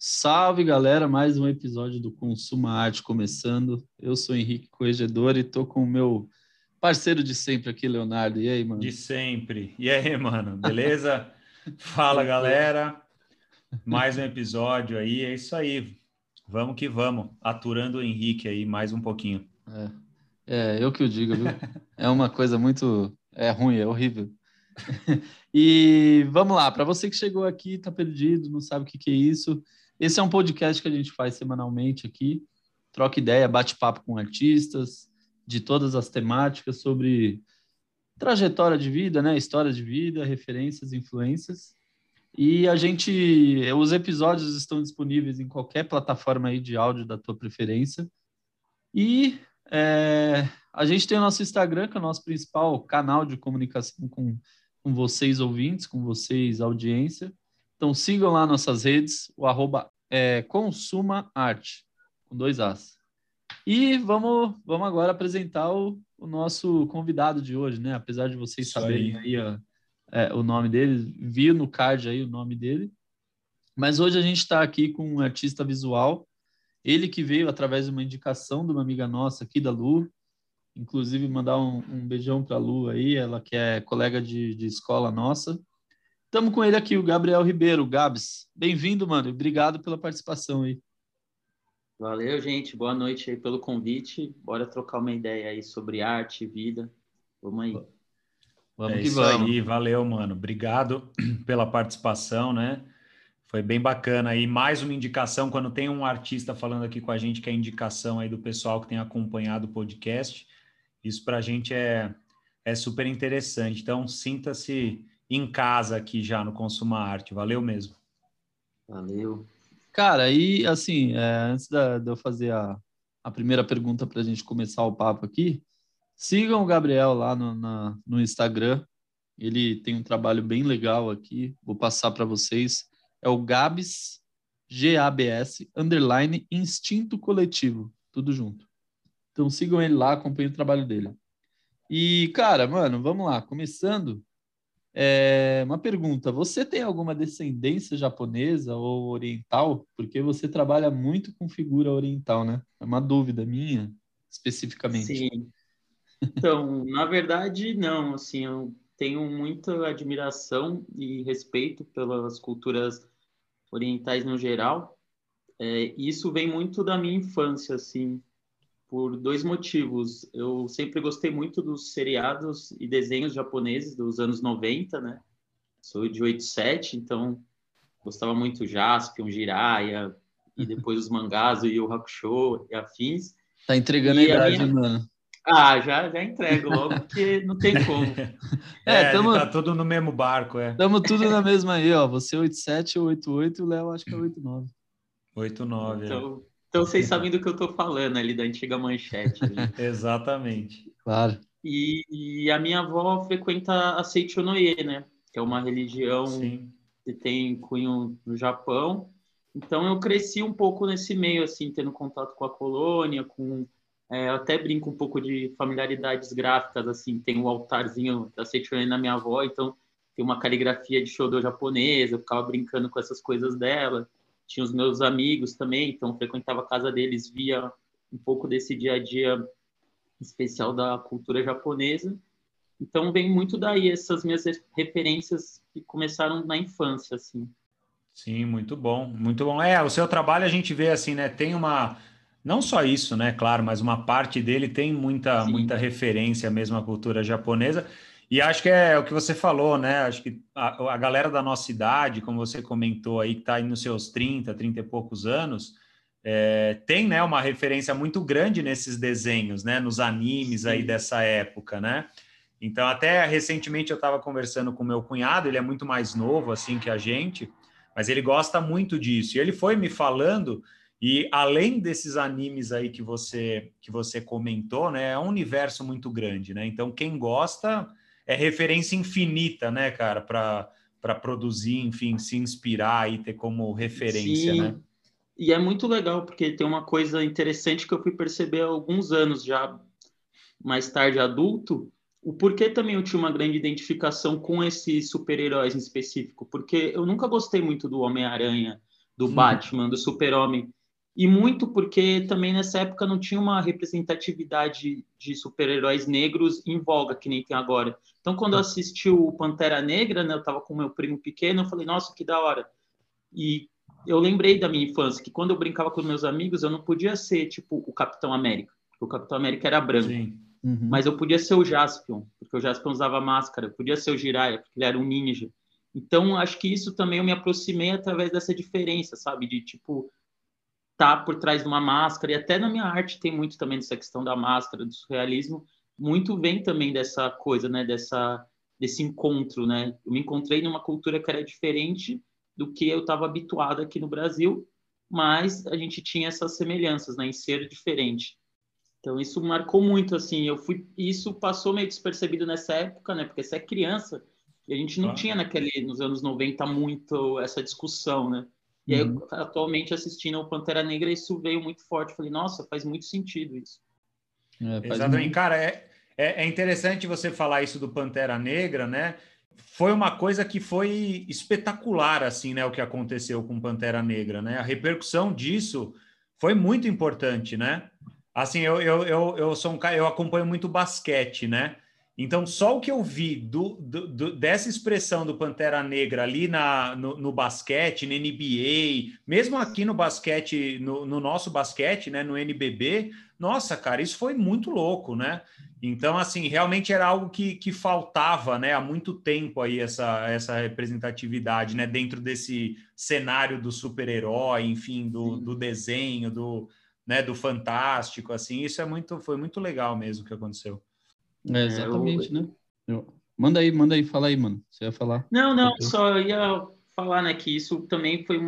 Salve, galera! Mais um episódio do Consuma Arte começando. Eu sou Henrique Corregedor e tô com o meu parceiro de sempre aqui, Leonardo. E aí, De mano? sempre. E aí, mano, beleza? Fala, Tranquilo. galera. Mais um episódio aí, é isso aí. Vamos que vamos. Aturando o Henrique aí mais um pouquinho. Eu que o digo, viu? É uma coisa muito... É ruim, é horrível. E vamos lá, para você que chegou aqui, tá perdido, não sabe o que que é isso, esse é um podcast que a gente faz semanalmente aqui, troca ideia, bate papo com artistas de todas as temáticas sobre trajetória de vida, né? História de vida, referências, influências. E os episódios estão disponíveis em qualquer plataforma aí de áudio da tua preferência. E a gente tem o nosso Instagram, que é o nosso principal canal de comunicação com vocês ouvintes, com vocês audiência. Então sigam lá nossas redes, o Consuma Arte, com 2 As. E vamos agora apresentar o nosso convidado de hoje, né? Apesar de vocês Isso saberem aí. aí o nome dele, vi no card aí o nome dele. Mas hoje a gente está aqui com um artista visual, ele que veio através de uma indicação de uma amiga nossa aqui da Lu, inclusive mandar um beijão para a Lu aí, ela que é colega de escola nossa. Estamos com ele aqui, o Gabriel Ribeiro, Gabs. Bem-vindo, mano, e obrigado pela participação aí. Valeu, gente. Boa noite aí pelo convite. Bora trocar uma ideia aí sobre arte e vida. Vamos aí. Vamos É que isso vamos. aí, valeu, mano. Obrigado pela participação, né? Foi bem bacana. E mais uma indicação, quando tem um artista falando aqui com a gente, que é indicação aí do pessoal que tem acompanhado o podcast, isso para a gente é super interessante. Então, sinta-se em casa aqui já no Consuma Arte. Valeu mesmo. Valeu. Cara, e assim, antes de eu fazer a primeira pergunta para a gente começar o papo aqui, sigam o Gabriel lá no Instagram. Ele tem um trabalho bem legal aqui. Vou passar para vocês. É o Gabs, Gabs, underline, Instinto Coletivo. Tudo junto. Então sigam ele lá, acompanhem o trabalho dele. E, cara, mano, vamos lá. Começando, uma pergunta. Você tem alguma descendência japonesa ou oriental? Porque você trabalha muito com figura oriental, né? É uma dúvida minha, especificamente. Sim. Então, na verdade, não. Assim, eu tenho muita admiração e respeito pelas culturas orientais no geral. Isso vem muito da minha infância, assim, por dois motivos. Eu sempre gostei muito dos seriados e desenhos japoneses dos anos 90, né? Sou de 87, então gostava muito Jaspion, Jiraiya, e depois os mangás, o Yu Hakusho e afins. Tá entregando a E a idade, hein, minha... mano? Ah, já entrego logo, porque não tem como. A gente tá Tamo, todo no mesmo barco, é. tamo tudo na mesma aí, ó. Você é 87, eu 88 e o Léo acho que é 89. 8-9, é. Então vocês sabem do que eu estou falando ali, da antiga manchete ali. Exatamente. Claro. E a minha avó frequenta a Seichonoye, né? Que é uma religião Sim. que tem cunho no Japão. Então eu cresci um pouco nesse meio, assim, tendo contato com a colônia, eu até brinco um pouco de familiaridades gráficas, assim, tem o altarzinho da Seichonoye na minha avó, então tem uma caligrafia de Shodo japonesa, eu ficava brincando com essas coisas dela. Tinha os meus amigos também, então frequentava a casa deles, via um pouco desse dia a dia especial da cultura japonesa. Então vem muito daí essas minhas referências que começaram na infância, assim. Sim, muito bom, muito bom. O seu trabalho a gente vê assim, né? Tem uma, não só isso, né? Claro, mas uma parte dele tem muita Sim, referência mesmo à cultura japonesa. E acho que é o que você falou, né? Acho que a galera da nossa idade, como você comentou aí, que está aí nos seus 30 e poucos anos, tem, né, uma referência muito grande nesses desenhos, né? Nos animes aí sim, dessa época, né? Então, até recentemente eu estava conversando com meu cunhado, ele é muito mais novo assim que a gente, mas ele gosta muito disso. E ele foi me falando, e além desses animes aí que você comentou, né, é um universo muito grande, né? Então, quem gosta é referência infinita, né, cara, para produzir, enfim, se inspirar e ter como referência, né? sim. E é muito legal, porque tem uma coisa interessante que eu fui perceber há alguns anos já, mais tarde adulto, o porquê também eu tinha uma grande identificação com esses super-heróis em específico, porque eu nunca gostei muito do Homem-Aranha, do Batman, do Super-Homem. E muito porque também nessa época não tinha uma representatividade de super-heróis negros em voga, que nem tem agora. Então, quando eu assisti o Pantera Negra, né, eu estava com meu primo pequeno, eu falei, nossa, que da hora. E eu lembrei da minha infância, que quando eu brincava com meus amigos, eu não podia ser, tipo, o Capitão América, porque o Capitão América era branco. Sim. Mas eu podia ser o Jaspion, porque o Jaspion usava máscara. Eu podia ser o Jiraiya, porque ele era um ninja. Então, acho que isso também eu me aproximei através dessa diferença, sabe? De, tipo, tá por trás de uma máscara, e até na minha arte tem muito também dessa questão da máscara, do surrealismo, muito vem também dessa coisa, né, desse encontro, né? Eu me encontrei numa cultura que era diferente do que eu estava habituado aqui no Brasil, mas a gente tinha essas semelhanças, né, em ser diferente. Então isso marcou muito, assim, isso passou meio despercebido nessa época, né, porque você é criança, e a gente não tinha nos anos 90 muito essa discussão, né? E aí, atualmente, assistindo o Pantera Negra, isso veio muito forte. Eu falei, nossa, faz muito sentido isso. Exatamente. Cara, é interessante você falar isso do Pantera Negra, né? Foi uma coisa que foi espetacular, assim, né? O que aconteceu com Pantera Negra, né? A repercussão disso foi muito importante, né? Assim, eu sou um cara, eu acompanho muito basquete, né? Então, só o que eu vi dessa expressão do Pantera Negra ali no basquete, no NBA, mesmo aqui no basquete, no nosso basquete, né, no NBB, nossa, cara, isso foi muito louco, né? Então, assim, realmente era algo que faltava, né, há muito tempo aí essa representatividade, né, dentro desse cenário do super-herói, enfim, do desenho, né, do fantástico, assim, isso foi muito legal mesmo que aconteceu. Exatamente, né? Manda aí, fala aí, mano. Você ia falar? Não, só ia falar, né, que isso também foi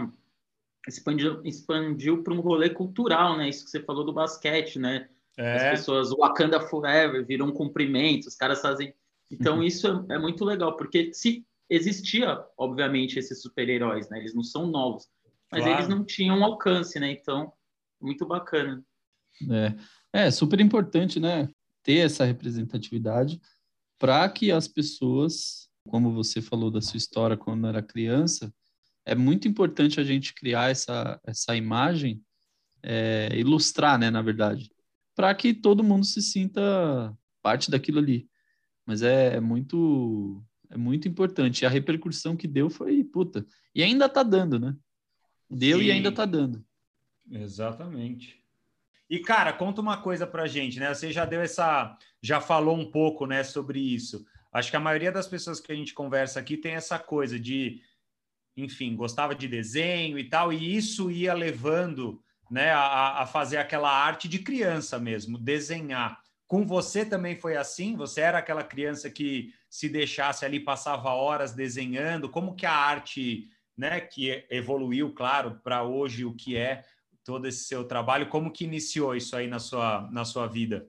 expandiu para um rolê cultural, né? Isso que você falou do basquete, né? As pessoas, Wakanda Forever, viram um cumprimento, os caras fazem... Então, isso é muito legal, porque se existia, obviamente, esses super-heróis, né? Eles não são novos, mas eles não tinham alcance, né? Então, muito bacana. É super importante, né? Ter essa representatividade para que as pessoas, como você falou da sua história quando era criança, é muito importante a gente criar essa imagem, ilustrar, né, na verdade, para que todo mundo se sinta parte daquilo ali. Mas é muito importante. E a repercussão que deu foi, puta, e ainda tá dando, né? Deu. Sim. E ainda tá dando. Exatamente. E, cara, conta uma coisa pra gente, né? Você já falou um pouco, né, sobre isso. Acho que a maioria das pessoas que a gente conversa aqui tem essa coisa de, enfim, gostava de desenho e tal, e isso ia levando, né, a fazer aquela arte de criança mesmo, desenhar. Com você também foi assim? Você era aquela criança que se deixasse ali, passava horas desenhando? Como que a arte, né, que evoluiu, claro, para hoje o que é todo esse seu trabalho, como que iniciou isso aí na sua vida?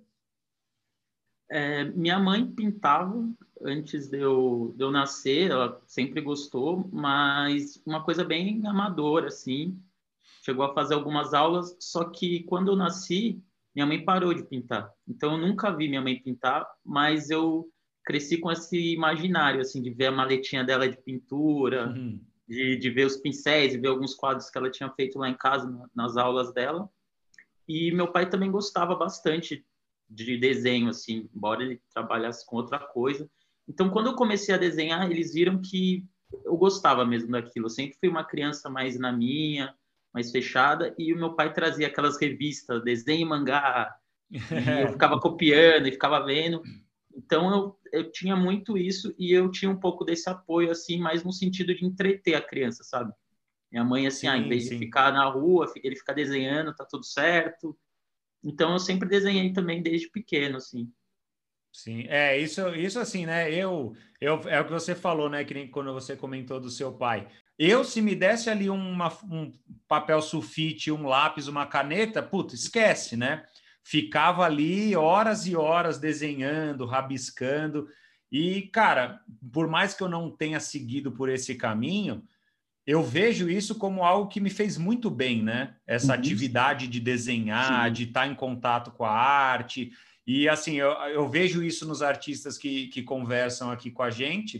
Minha mãe pintava antes de eu nascer, ela sempre gostou, mas uma coisa bem amadora, assim. Chegou a fazer algumas aulas, só que quando eu nasci, minha mãe parou de pintar. Então, eu nunca vi minha mãe pintar, mas eu cresci com esse imaginário, assim, de ver a maletinha dela de pintura, de ver os pincéis, de ver alguns quadros que ela tinha feito lá em casa, nas aulas dela. E meu pai também gostava bastante de desenho, assim, embora ele trabalhasse com outra coisa. Então, quando eu comecei a desenhar, eles viram que eu gostava mesmo daquilo. Eu sempre fui uma criança mais na minha, mais fechada, e o meu pai trazia aquelas revistas, desenho e mangá, e eu ficava copiando e ficava vendo. Então, eu tinha muito isso, e eu tinha um pouco desse apoio, assim, mais no sentido de entreter a criança, sabe? Minha mãe, assim, em vez de ficar na rua, ele fica desenhando, tá tudo certo. Então, eu sempre desenhei também desde pequeno, assim. Sim, isso assim, né? É o que você falou, né? Que nem quando você comentou do seu pai. Se me desse ali um papel sulfite, um lápis, uma caneta, puta, esquece, né? Ficava ali horas e horas desenhando, rabiscando. E, cara, por mais que eu não tenha seguido por esse caminho, eu vejo isso como algo que me fez muito bem, né? Essa atividade de desenhar, de estar em contato com a arte. E, assim, eu vejo isso nos artistas que conversam aqui com a gente.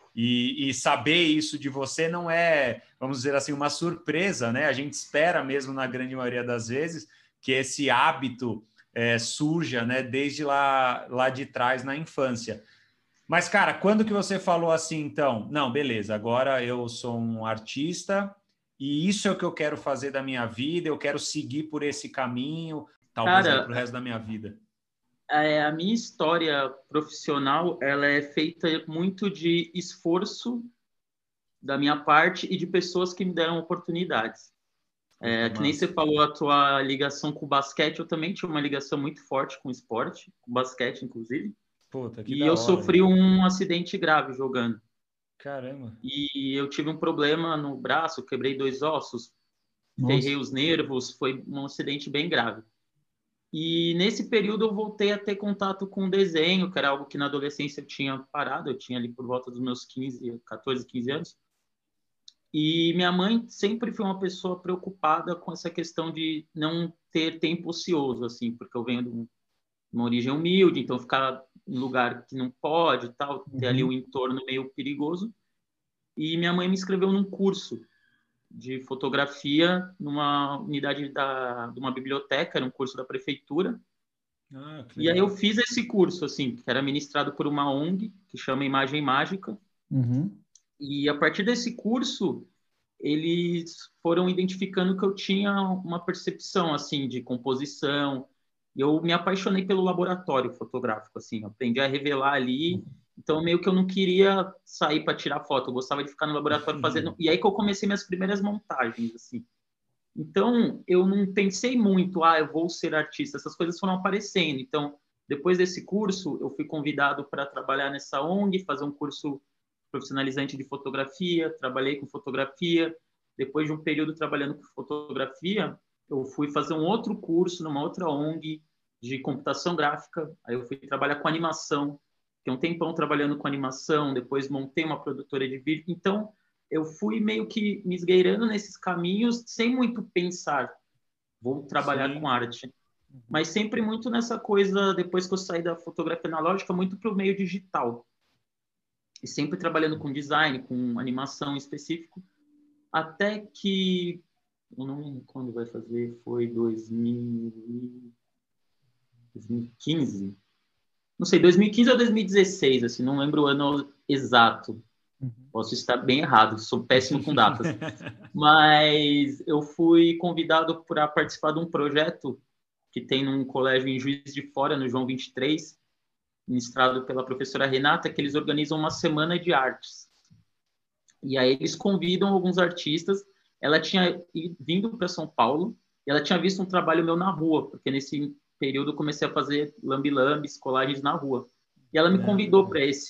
E saber isso de você não é, vamos dizer assim, uma surpresa, né? A gente espera mesmo, na grande maioria das vezes, que esse hábito surja, né, desde lá de trás, na infância. Mas, cara, quando que você falou assim, então, não, beleza, agora eu sou um artista e isso é o que eu quero fazer da minha vida, eu quero seguir por esse caminho, talvez aí Cara, pro resto da minha vida. a minha história profissional, ela é feita muito de esforço da minha parte e de pessoas que me deram oportunidades. Que nem você falou a tua ligação com o basquete, eu também tinha uma ligação muito forte com o esporte, com o basquete, inclusive. Puta, que E da eu hora, sofri um acidente grave jogando. Caramba. E eu tive um problema no braço, quebrei 2 ossos, ferrei os nervos, foi um acidente bem grave. E nesse período eu voltei a ter contato com o desenho, que era algo que na adolescência eu tinha parado, eu tinha ali por volta dos meus 14, 15 anos. E minha mãe sempre foi uma pessoa preocupada com essa questão de não ter tempo ocioso, assim, porque eu venho de uma origem humilde, então ficar em lugar que não pode, tal, ter ali um entorno meio perigoso. E minha mãe me inscreveu num curso de fotografia numa unidade de uma biblioteca, era um curso da prefeitura. E aí eu fiz esse curso, assim, que era ministrado por uma ONG, que chama Imagem Mágica. E a partir desse curso, eles foram identificando que eu tinha uma percepção, assim, de composição. Eu me apaixonei pelo laboratório fotográfico, assim, aprendi a revelar ali. Então, meio que eu não queria sair para tirar foto, eu gostava de ficar no laboratório fazendo. E aí que eu comecei minhas primeiras montagens, assim. Então, eu não pensei muito, eu vou ser artista. Essas coisas foram aparecendo. Então, depois desse curso, eu fui convidado para trabalhar nessa ONG, fazer um curso profissionalizante de fotografia. Trabalhei com fotografia. Depois de um período trabalhando com fotografia, eu fui fazer um outro curso numa outra ONG de computação gráfica. Aí eu fui trabalhar com animação. Fiquei um tempão trabalhando com animação. Depois montei uma produtora de vídeo. Então, eu fui meio que me esgueirando nesses caminhos sem muito pensar, vou trabalhar com arte. Mas sempre muito nessa coisa, depois que eu saí da fotografia analógica, muito para o meio digital. E sempre trabalhando com design, com animação em específico, até que, eu não lembro quando vai fazer, foi 2015. Não sei, 2015 ou 2016, assim, não lembro o ano exato. Posso estar bem errado, sou péssimo com datas. Mas eu fui convidado para participar de um projeto que tem num colégio em Juiz de Fora, no João 23, ministrado pela professora Renata, que eles organizam uma semana de artes. E aí eles convidam alguns artistas. Ela tinha vindo para São Paulo e ela tinha visto um trabalho meu na rua, porque nesse período eu comecei a fazer lambi-lambis, colagens na rua. E ela me convidou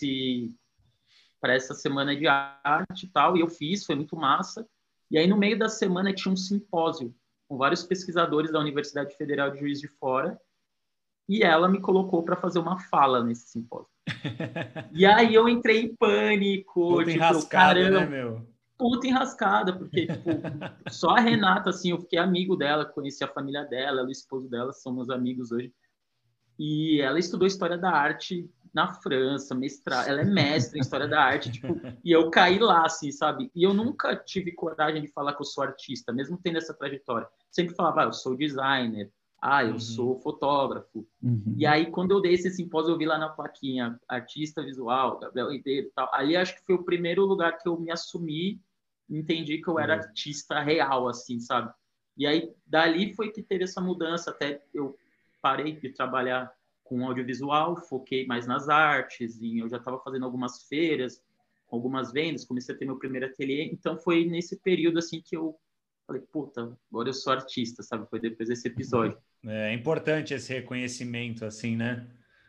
para essa semana de arte e tal, e eu fiz, foi muito massa. E aí, no meio da semana, tinha um simpósio com vários pesquisadores da Universidade Federal de Juiz de Fora, e ela me colocou para fazer uma fala nesse simpósio. E aí eu entrei em pânico, puta tipo, enrascada, caramba, né, meu? puta enrascada, porque, tipo, só a Renata, assim, eu fiquei amigo dela, conheci a família dela, o esposo dela, somos amigos hoje. E ela estudou História da Arte na França, ela é mestre em História da Arte, tipo, e eu caí lá, assim, sabe? E eu nunca tive coragem de falar que eu sou artista, mesmo tendo essa trajetória. Sempre falava, eu sou designer, eu sou fotógrafo. E aí, quando eu dei esse simpósio, eu vi lá na plaquinha, artista visual, Gabriel Ribeiro e tal. Ali, acho que foi o primeiro lugar que eu me assumi, entendi que eu era artista real, assim, sabe? E aí, dali foi que teve essa mudança, até eu parei de trabalhar com audiovisual, foquei mais nas artes, e eu já estava fazendo algumas feiras, algumas vendas, comecei a ter meu primeiro ateliê, então foi nesse período assim que eu falei, puta, agora eu sou artista, sabe? Foi depois desse episódio. É importante esse reconhecimento, assim, né?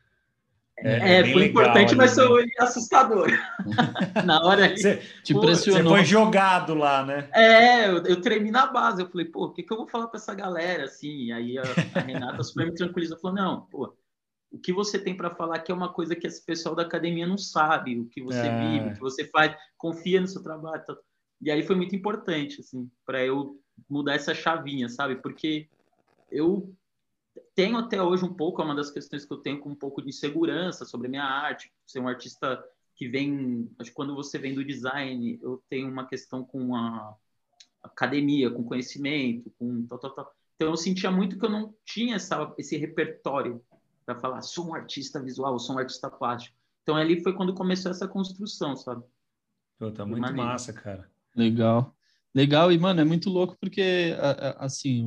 Foi legal, importante, ali, mas foi assustador. Na hora ali, você te pressionou. Você foi jogado lá, né? Eu tremi na base. Eu falei, pô, o que eu vou falar para essa galera? Assim, e aí a Renata super me tranquilizou, falou, não, pô, o que você tem para falar que é uma coisa que esse pessoal da academia não sabe, o que você vive, o que você faz, confia no seu trabalho. Tá? E aí foi muito importante, assim, para eu mudar essa chavinha, sabe? Porque eu tenho até hoje um pouco, é uma das questões que eu tenho com um pouco de insegurança sobre a minha arte, ser um artista que vem, acho que quando você vem do design, eu tenho uma questão com a academia, com conhecimento, com tal. Então eu sentia muito que eu não tinha esse repertório para falar, sou um artista visual, sou um artista plástico. Então ali foi quando começou essa construção, sabe? Pô, tá Foi muito maneiro. massa, cara. Legal. Legal, e, mano, é muito louco porque, assim,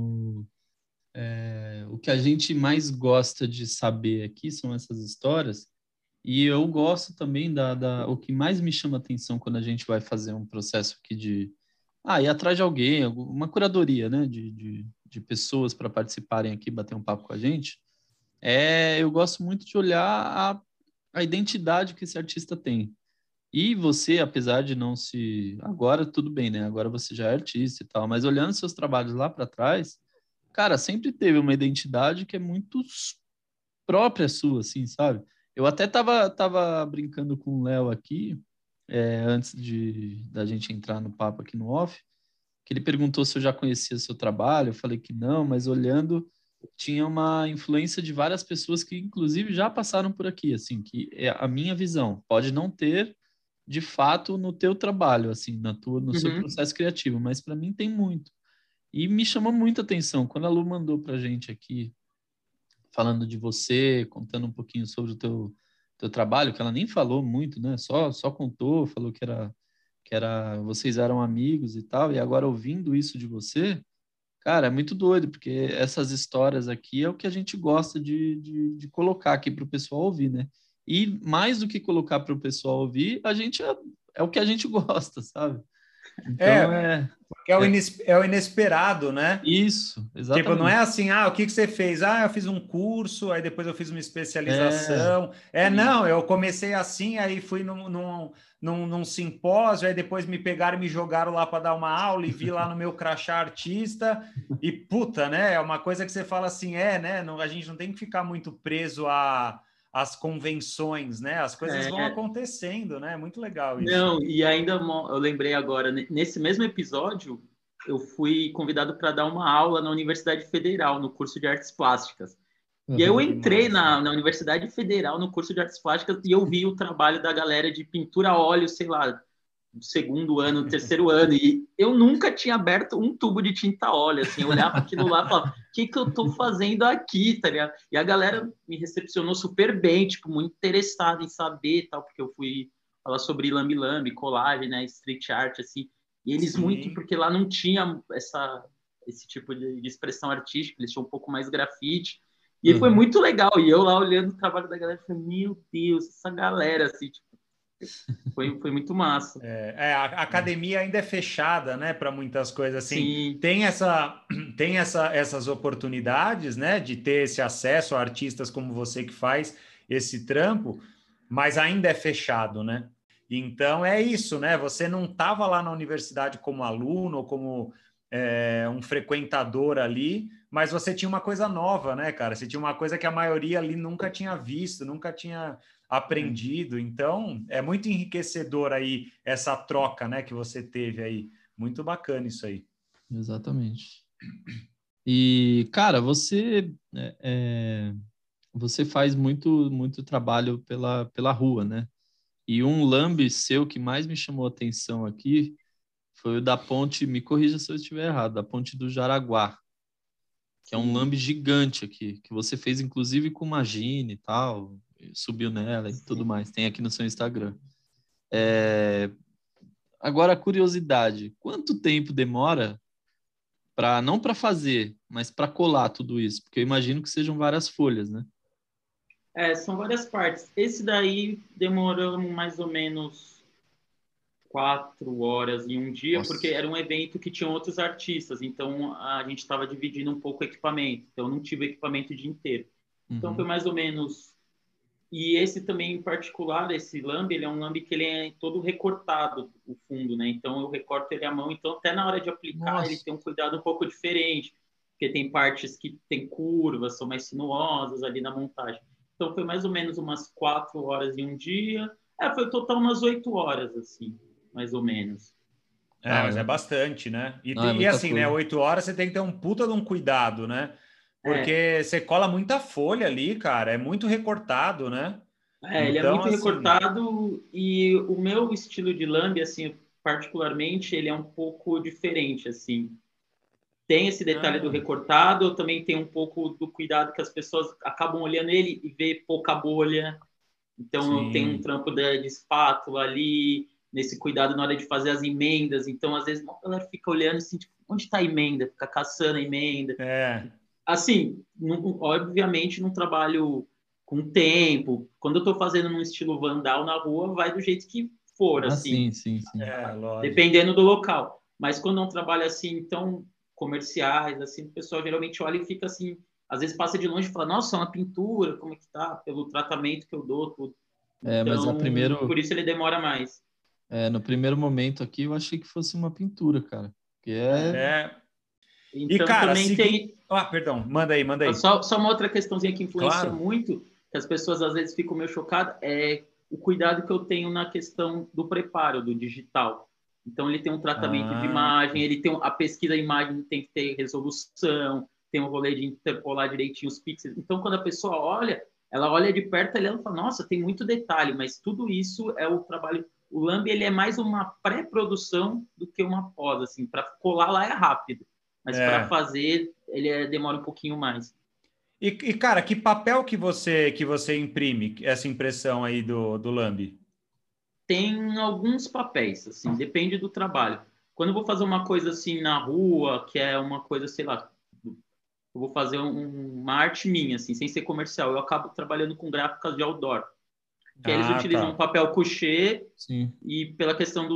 o que a gente mais gosta de saber aqui são essas histórias, e eu gosto também o que mais me chama atenção quando a gente vai fazer um processo aqui ir atrás de alguém, uma curadoria, né, de pessoas para participarem aqui, bater um papo com a gente, eu gosto muito de olhar a identidade que esse artista tem. E você, apesar de não se... Agora tudo bem, né? Agora você já é artista e tal, mas olhando seus trabalhos lá para trás, cara, sempre teve uma identidade que é muito própria sua, assim, sabe? Eu até tava brincando com o Léo aqui, antes da gente entrar no papo aqui no off, que ele perguntou se eu já conhecia seu trabalho, eu falei que não, mas olhando, tinha uma influência de várias pessoas que, inclusive, já passaram por aqui, assim, que é a minha visão. Pode não ter, de fato, no teu trabalho, assim, no seu processo criativo, mas para mim tem muito. E me chamou muita atenção. Quando a Lu mandou pra gente aqui, falando de você, contando um pouquinho sobre o teu trabalho, que ela nem falou muito, né? Só contou, falou vocês eram amigos e tal, e agora ouvindo isso de você, cara, é muito doido, porque essas histórias aqui é o que a gente gosta de colocar aqui para o pessoal ouvir, né? E mais do que colocar para o pessoal ouvir, a gente é o que a gente gosta, sabe? Então Porque é o inesperado, né? Isso, exatamente. Tipo, não é assim, o que você fez? Eu fiz um curso, aí depois eu fiz uma especialização. Não, eu comecei assim, aí fui num simpósio, aí depois me pegaram e me jogaram lá para dar uma aula e vi lá no meu crachá artista. E puta, né? É uma coisa que você fala assim, né? A gente não tem que ficar muito preso às convenções, né? As coisas vão acontecendo, né? É muito legal isso. Não, e ainda eu lembrei agora, nesse mesmo episódio, eu fui convidado para dar uma aula na Universidade Federal, no curso de Artes Plásticas. E aí eu entrei na Universidade Federal, no curso de Artes Plásticas, e eu vi o trabalho da galera de pintura a óleo, sei lá, segundo ano, terceiro ano, e eu nunca tinha aberto um tubo de tinta a óleo, assim, eu olhava aquilo lá e falava, o que eu tô fazendo aqui, tá ligado? E a galera me recepcionou super bem, tipo, muito interessada em saber e tal, porque eu fui falar sobre lambe-lambe, colagem, né, street art, assim, e eles muito, porque lá não tinha esse tipo de expressão artística, eles tinham um pouco mais grafite, e foi muito legal, e eu lá olhando o trabalho da galera, falei, meu Deus, essa galera, assim, tipo, foi muito massa. A academia ainda é fechada, né, para muitas coisas assim. Sim. Tem essas oportunidades, né, de ter esse acesso a artistas como você que faz esse trampo, mas ainda é fechado, né? Então é isso, né? Você não estava lá na universidade como aluno ou como um frequentador ali, mas você tinha uma coisa nova, né, cara? Você tinha uma coisa que a maioria ali nunca tinha visto, nunca tinha aprendido. Então é muito enriquecedor aí essa troca, né, que você teve aí. Muito bacana isso aí. Exatamente. E, cara, você faz muito trabalho pela rua, né? E um lambe seu que mais me chamou a atenção aqui foi o da ponte, me corrija se eu estiver errado, da ponte do Jaraguá, que é um lambe gigante aqui, que você fez inclusive com uma Gine e tal, subiu nela e tudo mais, tem aqui no seu Instagram. Agora, a curiosidade, quanto tempo demora não para fazer, mas para colar tudo isso? Porque eu imagino que sejam várias folhas, né? São várias partes. Esse daí demorou mais ou menos 4 horas em um dia, Nossa. porque era um evento que tinha outros artistas, então a gente estava dividindo um pouco o equipamento, então eu não tive o equipamento o dia inteiro. Então foi mais ou menos... E esse também em particular, esse lambe, ele é um lambe que ele é todo recortado, o fundo, né? Então eu recorto ele à mão, então até na hora de aplicar ele tem um cuidado um pouco diferente, porque tem partes que tem curvas, são mais sinuosas ali na montagem. Então foi mais ou menos umas 4 horas em um dia. Foi total umas 8 horas, assim, mais ou menos. Mas é bastante, né? E assim, coisa. né? 8 horas você tem que ter um puta de um cuidado, né? Porque você cola muita folha ali, cara. É muito recortado, né? Ele é Então, muito assim, recortado e o meu estilo de lambe, assim, particularmente, ele é um pouco diferente, assim. Tem esse detalhe do ah, recortado, também tem um pouco do cuidado que as pessoas acabam olhando ele e vê pouca bolha. Então, tem um sim, trampo de espátula ali, nesse cuidado na hora de fazer as emendas. Então, às vezes, a galera fica olhando assim, tipo, onde está a emenda? Fica caçando a emenda. é, Assim, obviamente, num trabalho com tempo. Quando eu estou fazendo num estilo vandal na rua, vai do jeito que for, Ah, assim, sim, sim, sim. lógico. dependendo do local. Mas quando é um trabalho assim, tão comerciais, assim, o pessoal geralmente olha e fica assim, às vezes passa de longe e fala, nossa, é uma pintura, como é que tá? Pelo tratamento que eu dou, tudo. Mas Então, por isso ele demora mais. no primeiro momento aqui eu achei que fosse uma pintura, cara. Que é. É. É. E, Então, cara, também seguindo... tem Ah, perdão, manda aí, manda aí. só uma outra questãozinha que influencia Claro. muito, que as pessoas às vezes ficam meio chocadas, é o cuidado que eu tenho na questão do preparo do digital. Então, ele tem um tratamento de Ah, imagem, ele tem a pesquisa da imagem tem que ter resolução, tem um rolê de interpolar direitinho os pixels. Então, quando a pessoa olha, ela olha de perto e ela fala, nossa, tem muito detalhe, mas tudo isso é o trabalho. O Lamb ele é mais uma pré-produção do que uma pós, assim, para colar lá é rápido, mas para é. fazer ele demora um pouquinho mais. Cara, que papel que você imprime essa impressão aí do Lambi? Tem alguns papéis, assim, depende do trabalho. Quando eu vou fazer uma coisa assim na rua, que é uma coisa, sei lá, eu vou fazer uma arte minha, assim, sem ser comercial, eu acabo trabalhando com gráficas de outdoor, que aí eles Ah, utilizam um tá. papel couché Sim. e pela questão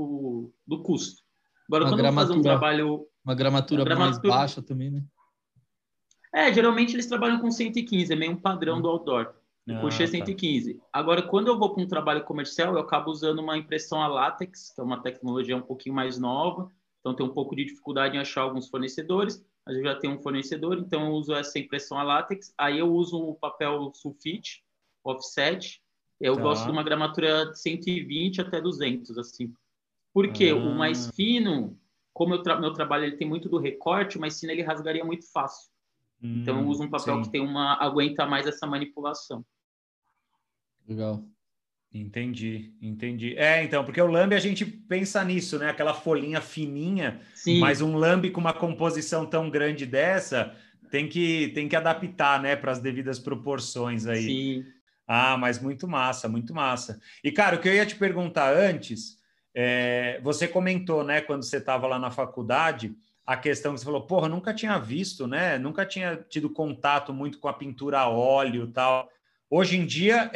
do custo. Agora, Uma quando eu vou fazer um gramatura, trabalho, uma a gramatura mais gramatura, baixa também, né? geralmente eles trabalham com 115, é meio um padrão do outdoor. O couché é Ah, tá. 115. Agora, quando eu vou para um trabalho comercial, eu acabo usando uma impressão a látex, que é uma tecnologia um pouquinho mais nova. Então, tem um pouco de dificuldade em achar alguns fornecedores, mas eu já tenho um fornecedor, então eu uso essa impressão a látex. Aí eu uso o papel sulfite, offset. Eu gosto de uma Tá. gramatura de 120 até 200, assim. Porque o mais Ah, fino, como meu trabalho ele tem muito do recorte, o mais fino ele rasgaria muito fácil. Então, eu uso um papel que sim. tem aguenta mais essa manipulação. Legal. Entendi, entendi. Então, porque o lambe a gente pensa nisso, né? Aquela folhinha fininha, mas Sim, um lambe com uma composição tão grande dessa tem que adaptar, né, para as devidas proporções aí. sim. Ah, mas muito massa, muito massa. E, cara, o que eu ia te perguntar antes, você comentou, né, quando você estava lá na faculdade, a questão que você falou, porra, nunca tinha visto, né? Nunca tinha tido contato muito com a pintura a óleo e tal. Hoje em dia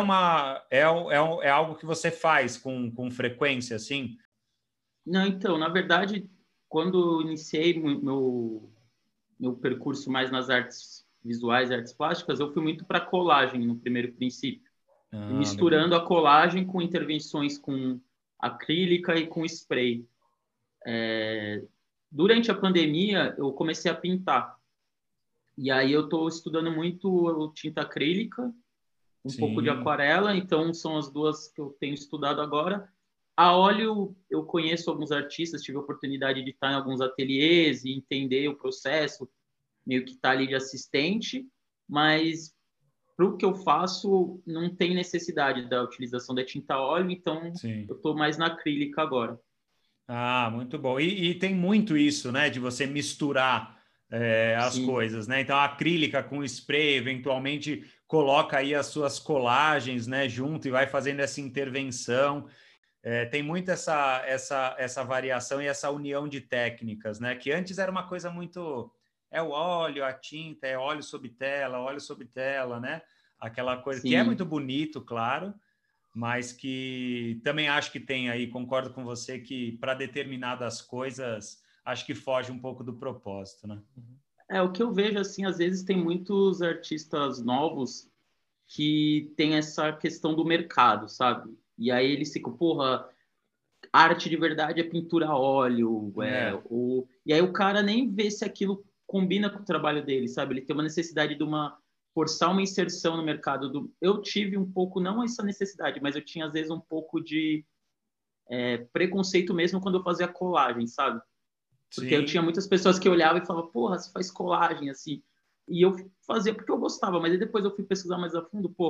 é algo que você faz com frequência, assim? Não, então, na verdade, quando eu iniciei meu percurso mais nas artes visuais, artes plásticas, eu fui muito para colagem no primeiro princípio, e Ah, legal. misturando a colagem com intervenções com acrílica e com spray. Durante a pandemia, eu comecei a pintar. E aí eu estou estudando muito tinta acrílica, um pouco de Sim. aquarela, então são as duas que eu tenho estudado agora. A óleo, eu conheço alguns artistas, tive a oportunidade de estar em alguns ateliês e entender o processo, meio que estar ali de assistente, mas para o que eu faço, não tem necessidade da utilização da tinta óleo, então Sim. eu estou mais na acrílica agora. Ah, muito bom. E tem muito isso, né, de você misturar as Sim, coisas, né? Então, a acrílica com spray, eventualmente coloca aí as suas colagens, né, junto e vai fazendo essa intervenção. Tem muito essa variação e essa união de técnicas, né? Que antes era uma coisa muito. É o óleo, a tinta, é óleo sobre tela, né? Aquela coisa que é muito sim. bonito, claro, mas que também acho que tem aí, concordo com você, que para determinadas coisas acho que foge um pouco do propósito, né? O que eu vejo, assim, às vezes tem muitos artistas novos que tem essa questão do mercado, sabe? E aí eles ficam, porra, arte de verdade é pintura a óleo, É, e aí o cara nem vê se aquilo combina com o trabalho dele, sabe? Ele tem uma necessidade de forçar uma inserção no mercado. Eu tive um pouco, não essa necessidade, mas eu tinha às vezes um pouco de preconceito mesmo quando eu fazia colagem, sabe? Porque eu tinha sim, muitas pessoas que olhavam e falavam, porra, você faz colagem, assim. E eu fazia porque eu gostava, mas aí depois eu fui pesquisar mais a fundo, porra,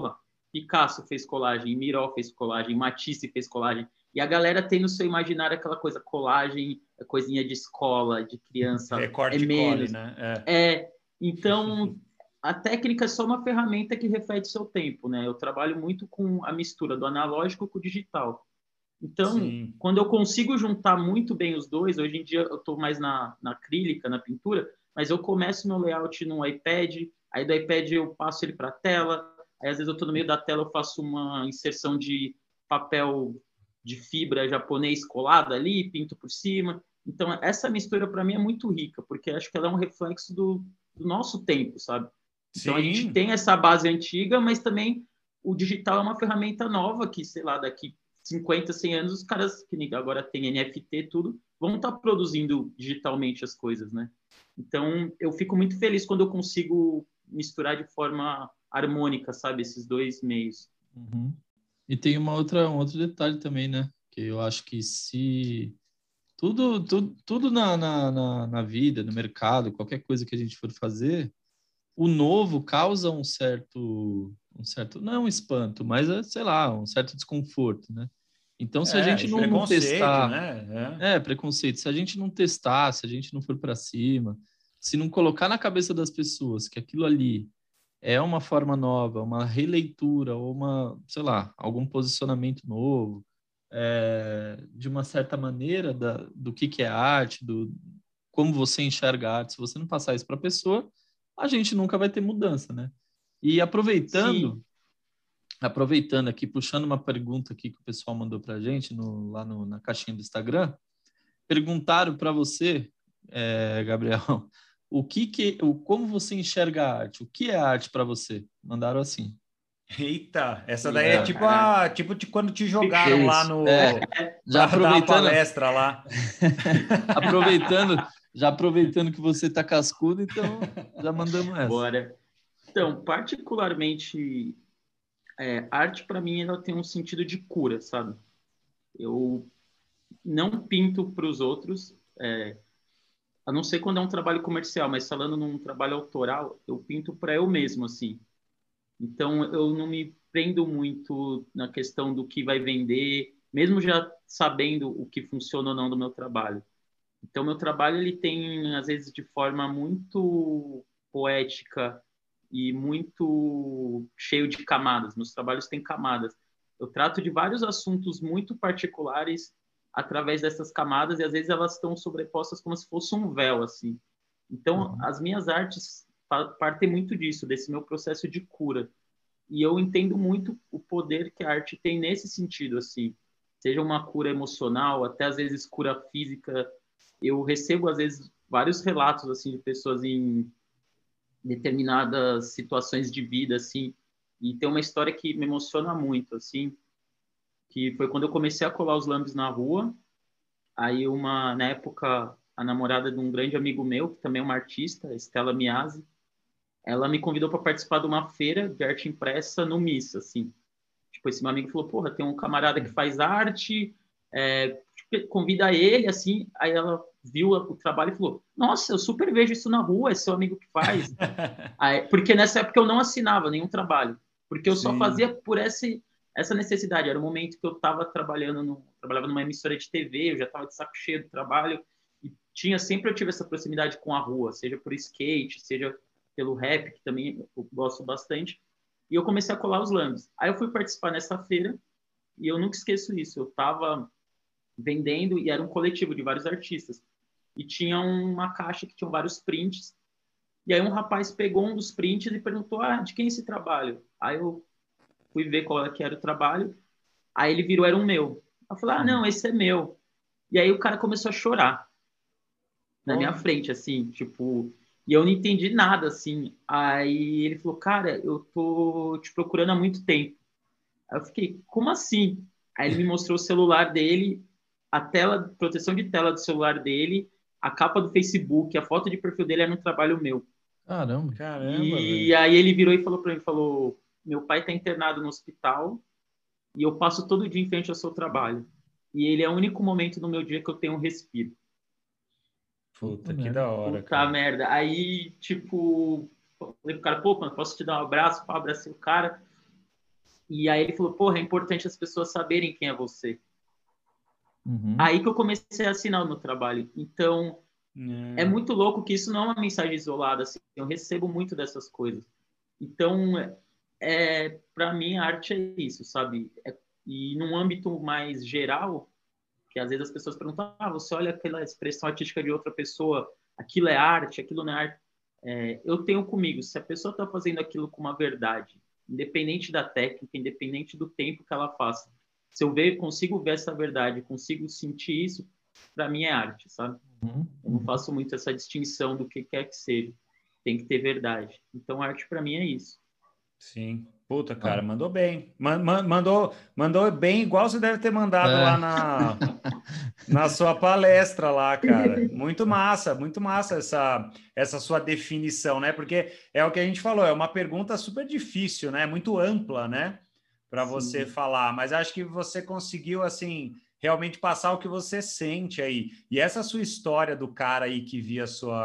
Picasso fez colagem, Miró fez colagem, Matisse fez colagem. E a galera tem no seu imaginário aquela coisa, colagem, é coisinha de escola, de criança, Recorte é e cole, menos. né? Então, a técnica é só uma ferramenta que reflete o seu tempo, né? Eu trabalho muito com a mistura do analógico com o digital. Então, Sim. quando eu consigo juntar muito bem os dois, hoje em dia eu estou mais na acrílica, na pintura, mas eu começo meu layout no iPad, aí do iPad eu passo ele para a tela, aí às vezes eu estou no meio da tela, eu faço uma inserção de papel de fibra japonês colado ali, pinto por cima. Então, essa mistura para mim é muito rica, porque acho que ela é um reflexo do nosso tempo, sabe? Então, a gente Sim. tem essa base antiga, mas também o digital é uma ferramenta nova que, sei lá, daqui 50, 100 anos, os caras que agora tem NFT, tudo, vão estar produzindo digitalmente as coisas, né? Então, eu fico muito feliz quando eu consigo misturar de forma harmônica, sabe, esses dois meios. Uhum. E tem um outro detalhe também, né? Que eu acho que se tudo na vida, no mercado, qualquer coisa que a gente for fazer, o novo causa não é um espanto, mas é, sei lá, um certo desconforto, né? Então, se a gente E não preconceito, testar, né? preconceito, se a gente não testar, se a gente não for para cima, se não colocar na cabeça das pessoas que aquilo ali é uma forma nova, uma releitura, ou sei lá, algum posicionamento novo, de uma certa maneira do que é arte, como você enxerga a arte. Se você não passar isso para a pessoa, a gente nunca vai ter mudança, né? E Sim, aproveitando aqui, puxando uma pergunta aqui que o pessoal mandou para a gente na caixinha do Instagram, perguntaram para você, Gabriel, como você enxerga a arte? O que é arte para você? Mandaram assim. Eita, essa daí é eita, tipo caraca. tipo de quando te jogaram lá Isso. no Já para dar a aproveitando, palestra lá. aproveitando, já aproveitando que você tá cascudo, então já mandamos essa. Bora. Então, particularmente, arte para mim ela tem um sentido de cura, sabe? Eu não pinto para os outros, a não ser quando é um trabalho comercial, mas falando num trabalho autoral, eu pinto para eu mesmo, assim. Então, eu não me prendo muito na questão do que vai vender, mesmo já sabendo o que funciona ou não do meu trabalho. Então, meu trabalho ele tem, às vezes, de forma muito poética e muito cheio de camadas. Meus trabalhos têm camadas. Eu trato de vários assuntos muito particulares através dessas camadas e às vezes elas estão sobrepostas como se fosse um véu assim. Então, Uhum. as minhas artes partem muito disso, desse meu processo de cura. E eu entendo muito o poder que a arte tem nesse sentido assim. Seja uma cura emocional, até às vezes cura física. Eu recebo às vezes vários relatos assim de pessoas em determinadas situações de vida, assim. E tem uma história que me emociona muito, assim, que foi quando eu comecei a colar os lambes na rua. Aí na época, a namorada de um grande amigo meu, que também é uma artista, Estela Miazzi, ela me convidou para participar de uma feira de arte impressa no MIS, assim. Tipo, esse meu amigo falou, porra, tem um camarada que faz arte, convida ele, assim. Aí ela viu o trabalho e falou, nossa, eu super vejo isso na rua, é seu amigo que faz. Aí, porque nessa época eu não assinava nenhum trabalho, porque eu só Sim. fazia por essa necessidade. Era o momento que eu estava trabalhava numa emissora de TV, eu já estava de saco cheio do trabalho, e sempre eu tive essa proximidade com a rua, seja por skate, seja pelo rap, que também eu gosto bastante. E eu comecei a colar os lambes. Aí eu fui participar nessa feira, e eu nunca esqueço isso. Eu estava vendendo, e era um coletivo de vários artistas. E tinha uma caixa que tinha vários prints, e aí um rapaz pegou um dos prints e perguntou, de quem é esse trabalho? Aí eu fui ver qual é que era o trabalho, aí ele virou, era um meu. Eu falei, não, esse é meu. E aí o cara começou a chorar na minha Bom, frente, assim, tipo, e eu não entendi nada, assim. Aí ele falou, cara, eu tô te procurando há muito tempo. Aí eu fiquei, como assim? Aí ele me mostrou o celular dele, a tela, proteção de tela do celular dele, a capa do Facebook, a foto de perfil dele era um trabalho meu. Caramba. caramba, E velho. aí ele virou e falou para mim, falou, meu pai está internado no hospital e eu passo todo dia em frente ao seu trabalho. E ele é o único momento no meu dia que eu tenho um respiro. Puta Puta, que merda. da hora, Puta cara. merda. Aí, tipo, falei pro cara, pô, mano, posso te dar um abraço? Pá, abracei o cara. E aí ele falou, porra, é importante as pessoas saberem quem é você. Uhum. Aí que eu comecei a assinar o meu trabalho. Então, é muito louco que isso não é uma mensagem isolada, assim. Eu recebo muito dessas coisas. Então, para mim, a arte é isso, sabe? E num âmbito mais geral, que às vezes as pessoas perguntam, você olha aquela expressão artística de outra pessoa, aquilo é arte, aquilo não é arte. Eu tenho comigo, se a pessoa está fazendo aquilo com uma verdade, independente da técnica, independente do tempo que ela faça, se eu consigo ver essa verdade, consigo sentir isso, para mim é arte, sabe? Eu não faço muito essa distinção do que quer que seja. Tem que ter verdade. Então, arte para mim é isso. Sim. Puta, cara, mandou bem. Mandou bem, igual você deve ter mandado lá na sua palestra lá, cara. Muito massa essa sua definição, né? Porque é o que a gente falou, é uma pergunta super difícil, né? Muito ampla, né? Para você falar, mas acho que você conseguiu, assim, realmente passar o que você sente aí. E essa sua história do cara aí que via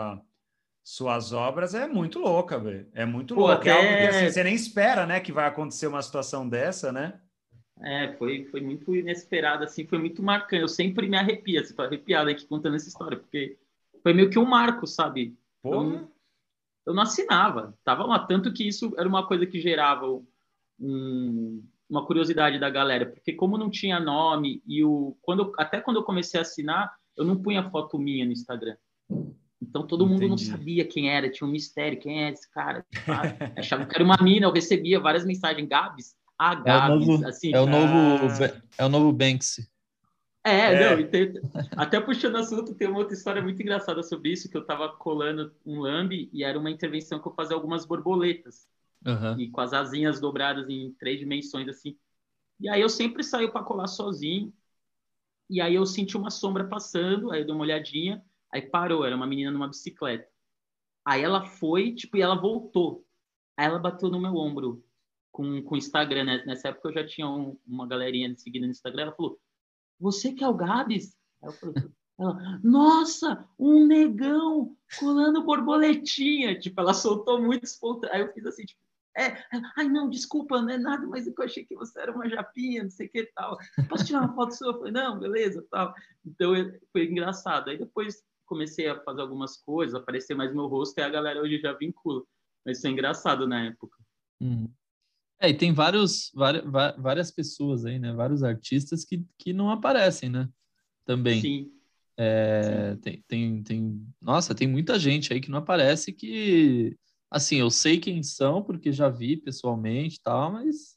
suas obras é muito louca, velho. É muito louca. É algo que, assim, você nem espera, né? Que vai acontecer uma situação dessa, né? Foi muito inesperado, assim, foi muito marcante. Eu sempre me arrepio, assim, tô arrepiado aqui contando essa história, porque foi meio que um marco, sabe? Porra. Eu não assinava, tava lá, tanto que isso era uma coisa que gerava uma curiosidade da galera, porque como não tinha nome, até quando eu comecei a assinar, eu não punha foto minha no Instagram. Então todo mundo não sabia quem era, tinha um mistério, quem é esse cara? Achava que era uma mina, eu recebia várias mensagens, Gabs, Gabs, assim. É o novo Banksy. Não, até puxando assunto, tem uma outra história muito engraçada sobre isso, que eu tava colando um lambe e era uma intervenção que eu fazia algumas borboletas. E com as asinhas dobradas em 3 dimensões, assim. E aí eu sempre saio para colar sozinho, e aí eu senti uma sombra passando, aí eu dei uma olhadinha, aí parou, era uma menina numa bicicleta. Aí ela foi, tipo, e ela voltou. Aí ela bateu no meu ombro com o Instagram, né? Nessa época eu já tinha uma galerinha seguindo no Instagram, ela falou, você que é o Gabs? Aí eu falei, nossa, um negão colando borboletinha. Tipo, ela soltou muito espontâneo. Aí eu fiz assim, tipo, ai não, desculpa, não é nada, mas eu achei que você era uma japinha, não sei o que tal. Posso tirar uma foto sua? Eu falei, não, beleza, tal. Então foi engraçado. Aí depois comecei a fazer algumas coisas, aparecer mais meu rosto, e a galera hoje já vincula. Mas foi engraçado na época. E tem várias pessoas aí, né? Vários artistas que não aparecem, né? Também. Sim. Nossa, tem muita gente aí que não aparece que, assim, eu sei quem são porque já vi pessoalmente e tal, mas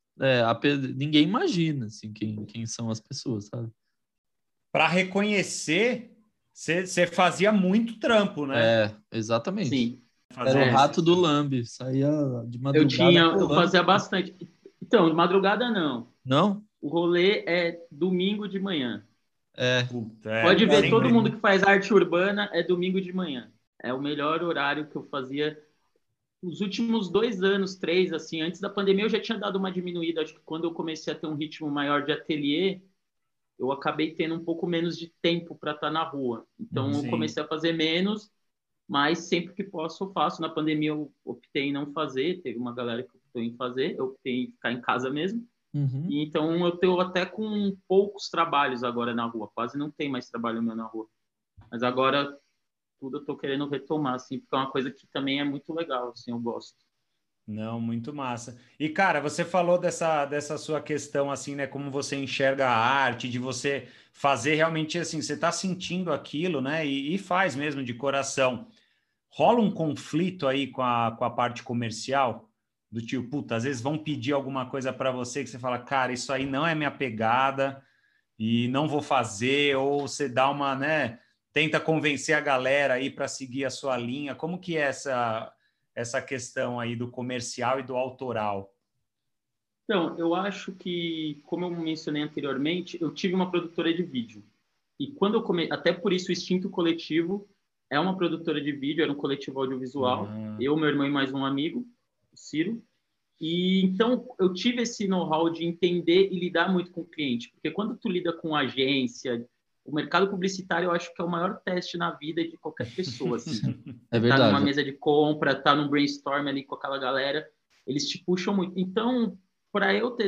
ninguém imagina, assim, quem são as pessoas, sabe? Para reconhecer, você fazia muito trampo, né? Exatamente. Sim. Era o rato do lambe, saía de madrugada. Eu fazia bastante. Então, de madrugada não. Não? O rolê é domingo de manhã. Puta, Pode ver, sempre... todo mundo que faz arte urbana é domingo de manhã. É o melhor horário que eu fazia. Os últimos 2 anos, 3, assim, antes da pandemia eu já tinha dado uma diminuída. Acho que quando eu comecei a ter um ritmo maior de ateliê, eu acabei tendo um pouco menos de tempo para estar na rua. Então eu comecei a fazer menos, mas sempre que posso eu faço. Na pandemia eu optei em não fazer, teve uma galera que optou em fazer, eu optei em ficar em casa mesmo. E então eu estou até com poucos trabalhos agora na rua, quase não tem mais trabalho meu na rua. Mas agora tudo eu estou querendo retomar, assim, porque é uma coisa que também é muito legal, assim, eu gosto. Não, muito massa. E, cara, você falou dessa sua questão, assim, né? Como você enxerga a arte, de você fazer realmente, assim, você tá sentindo aquilo, né? E faz mesmo de coração. Rola um conflito aí com a parte comercial? Do tipo, puta, às vezes vão pedir alguma coisa para você que você fala, cara, isso aí não é minha pegada e não vou fazer, ou você dá uma, né? Tenta convencer a galera aí para seguir a sua linha. Como que é essa questão aí do comercial e do autoral? Então, eu acho que, como eu mencionei anteriormente, eu tive uma produtora de vídeo. E quando eu até por isso o Instinto Coletivo é uma produtora de vídeo, era um coletivo audiovisual. Eu, meu irmão e mais um amigo, o Ciro. E então eu tive esse know-how de entender e lidar muito com o cliente, porque quando tu lida com agência, o mercado publicitário eu acho que é o maior teste na vida de qualquer pessoa, assim. É verdade. Tá numa mesa de compra, tá num brainstorm ali com aquela galera, eles te puxam muito. Então, para eu ter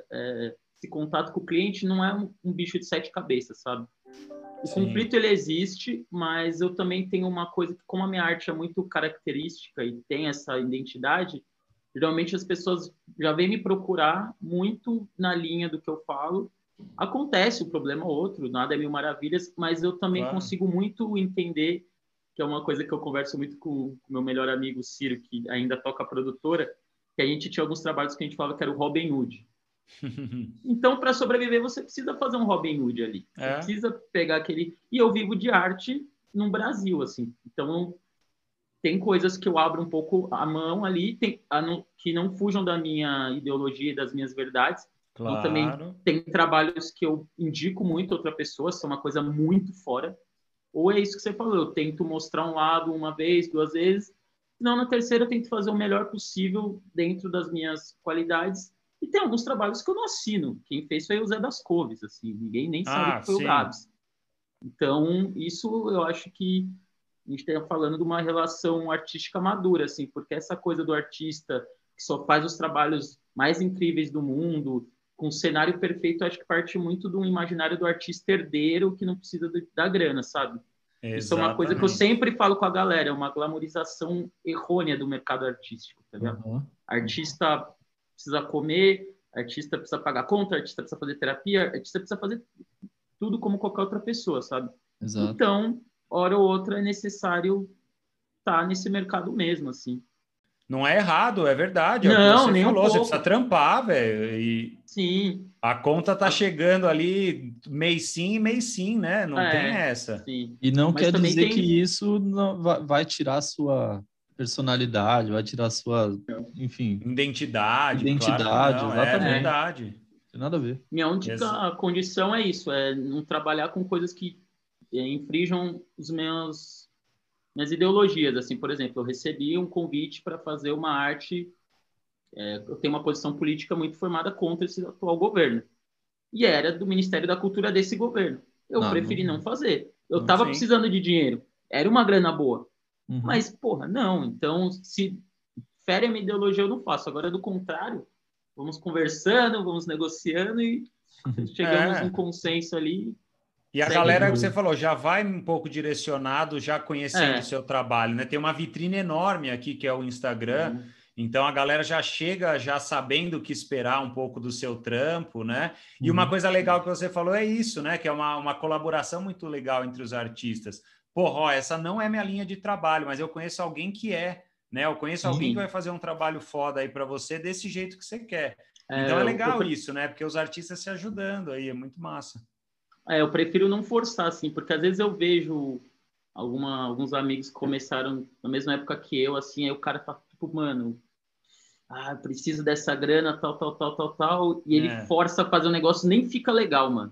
esse contato com o cliente, não é um bicho de 7 cabeças, sabe? O conflito, ele existe, mas eu também tenho uma coisa que, como a minha arte é muito característica e tem essa identidade, geralmente as pessoas já vêm me procurar muito na linha do que eu falo. Acontece o problema outro, nada é mil maravilhas, mas eu também consigo muito entender, que é uma coisa que eu converso muito com o meu melhor amigo Ciro, que ainda toca a produtora, que a gente tinha alguns trabalhos que a gente falava que era o Robin Hood. Então, para sobreviver, você precisa fazer um Robin Hood ali. Você precisa pegar aquele... E eu vivo de arte no Brasil, assim. Então, tem coisas que eu abro um pouco a mão ali, que não fujam da minha ideologia e das minhas verdades. Claro. E também tem trabalhos que eu indico muito a outra pessoa, são uma coisa muito fora. Ou é isso que você falou, eu tento mostrar um lado uma vez, 2 vezes. Não, na terceira eu tento fazer o melhor possível dentro das minhas qualidades. E tem alguns trabalhos que eu não assino. Quem fez foi o Zé das Couves, assim. Ninguém nem sabe que foi o Gabs. Então, isso eu acho que a gente está falando de uma relação artística madura, assim, porque essa coisa do artista que só faz os trabalhos mais incríveis do mundo, com um cenário perfeito, acho que parte muito do imaginário do artista herdeiro que não precisa da grana, sabe? Exatamente. Isso é uma coisa que eu sempre falo com a galera, é uma glamorização errônea do mercado artístico, tá ligado? Artista precisa comer, artista precisa pagar conta, artista precisa fazer terapia, artista precisa fazer tudo como qualquer outra pessoa, sabe? Exato. Então, hora ou outra é necessário estar nesse mercado mesmo, assim. Não é errado, é verdade. Não, você nem falou, um pouco. você precisa trampar, velho. E sim. A conta tá chegando ali mês sim, né? Não tem essa. Sim. E não quer dizer que isso não vai tirar a sua personalidade, vai tirar a sua, enfim... Identidade, claro não, exatamente. É verdade. Não tem nada a ver. Minha única condição é isso, é não trabalhar com coisas que infringam minhas ideologias. Assim, por exemplo, eu recebi um convite para fazer uma arte... eu tenho uma posição política muito formada contra esse atual governo. E era do Ministério da Cultura desse governo. Eu preferi não fazer. Eu estava precisando de dinheiro. Era uma grana boa. Mas, porra, não. Então, se fere a minha ideologia, eu não faço. Agora, do contrário, vamos conversando, vamos negociando e chegamos num consenso ali. E a galera que você falou já vai um pouco direcionado, já conhecendo o seu trabalho, né? Tem uma vitrine enorme aqui, que é o Instagram. Então, a galera já chega já sabendo o que esperar um pouco do seu trampo, né? E uma coisa legal que você falou é isso, né? Que é uma colaboração muito legal entre os artistas. Porra, ó, essa não é minha linha de trabalho, mas eu conheço alguém que é, né? Eu conheço alguém que vai fazer um trabalho foda aí para você desse jeito que você quer. Então, é legal isso, né? Porque os artistas se ajudando aí, é muito massa. Eu prefiro não forçar, assim, porque às vezes eu vejo alguns amigos que começaram na mesma época que eu, assim, aí o cara tá tipo, mano... preciso dessa grana, tal, e ele força a fazer um negócio, nem fica legal, mano.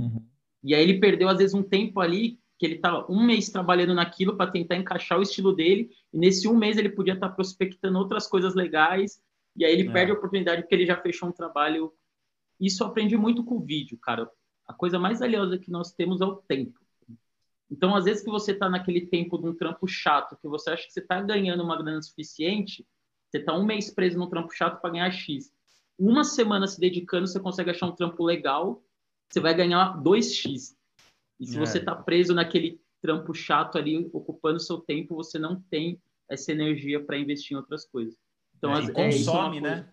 E aí ele perdeu, às vezes, um tempo ali, que ele tava 1 mês trabalhando naquilo para tentar encaixar o estilo dele, e nesse 1 mês ele podia estar prospectando outras coisas legais, e aí ele perde a oportunidade porque ele já fechou um trabalho. Isso eu aprendi muito com o vídeo, cara. A coisa mais valiosa que nós temos é o tempo. Então, às vezes que você tá naquele tempo de um trampo chato, que você acha que você tá ganhando uma grana suficiente, você está 1 mês preso num trampo chato para ganhar X. 1 semana se dedicando, você consegue achar um trampo legal, você vai ganhar 2X. E se você está preso naquele trampo chato ali, ocupando o seu tempo, você não tem essa energia para investir em outras coisas. Então, e consome, né?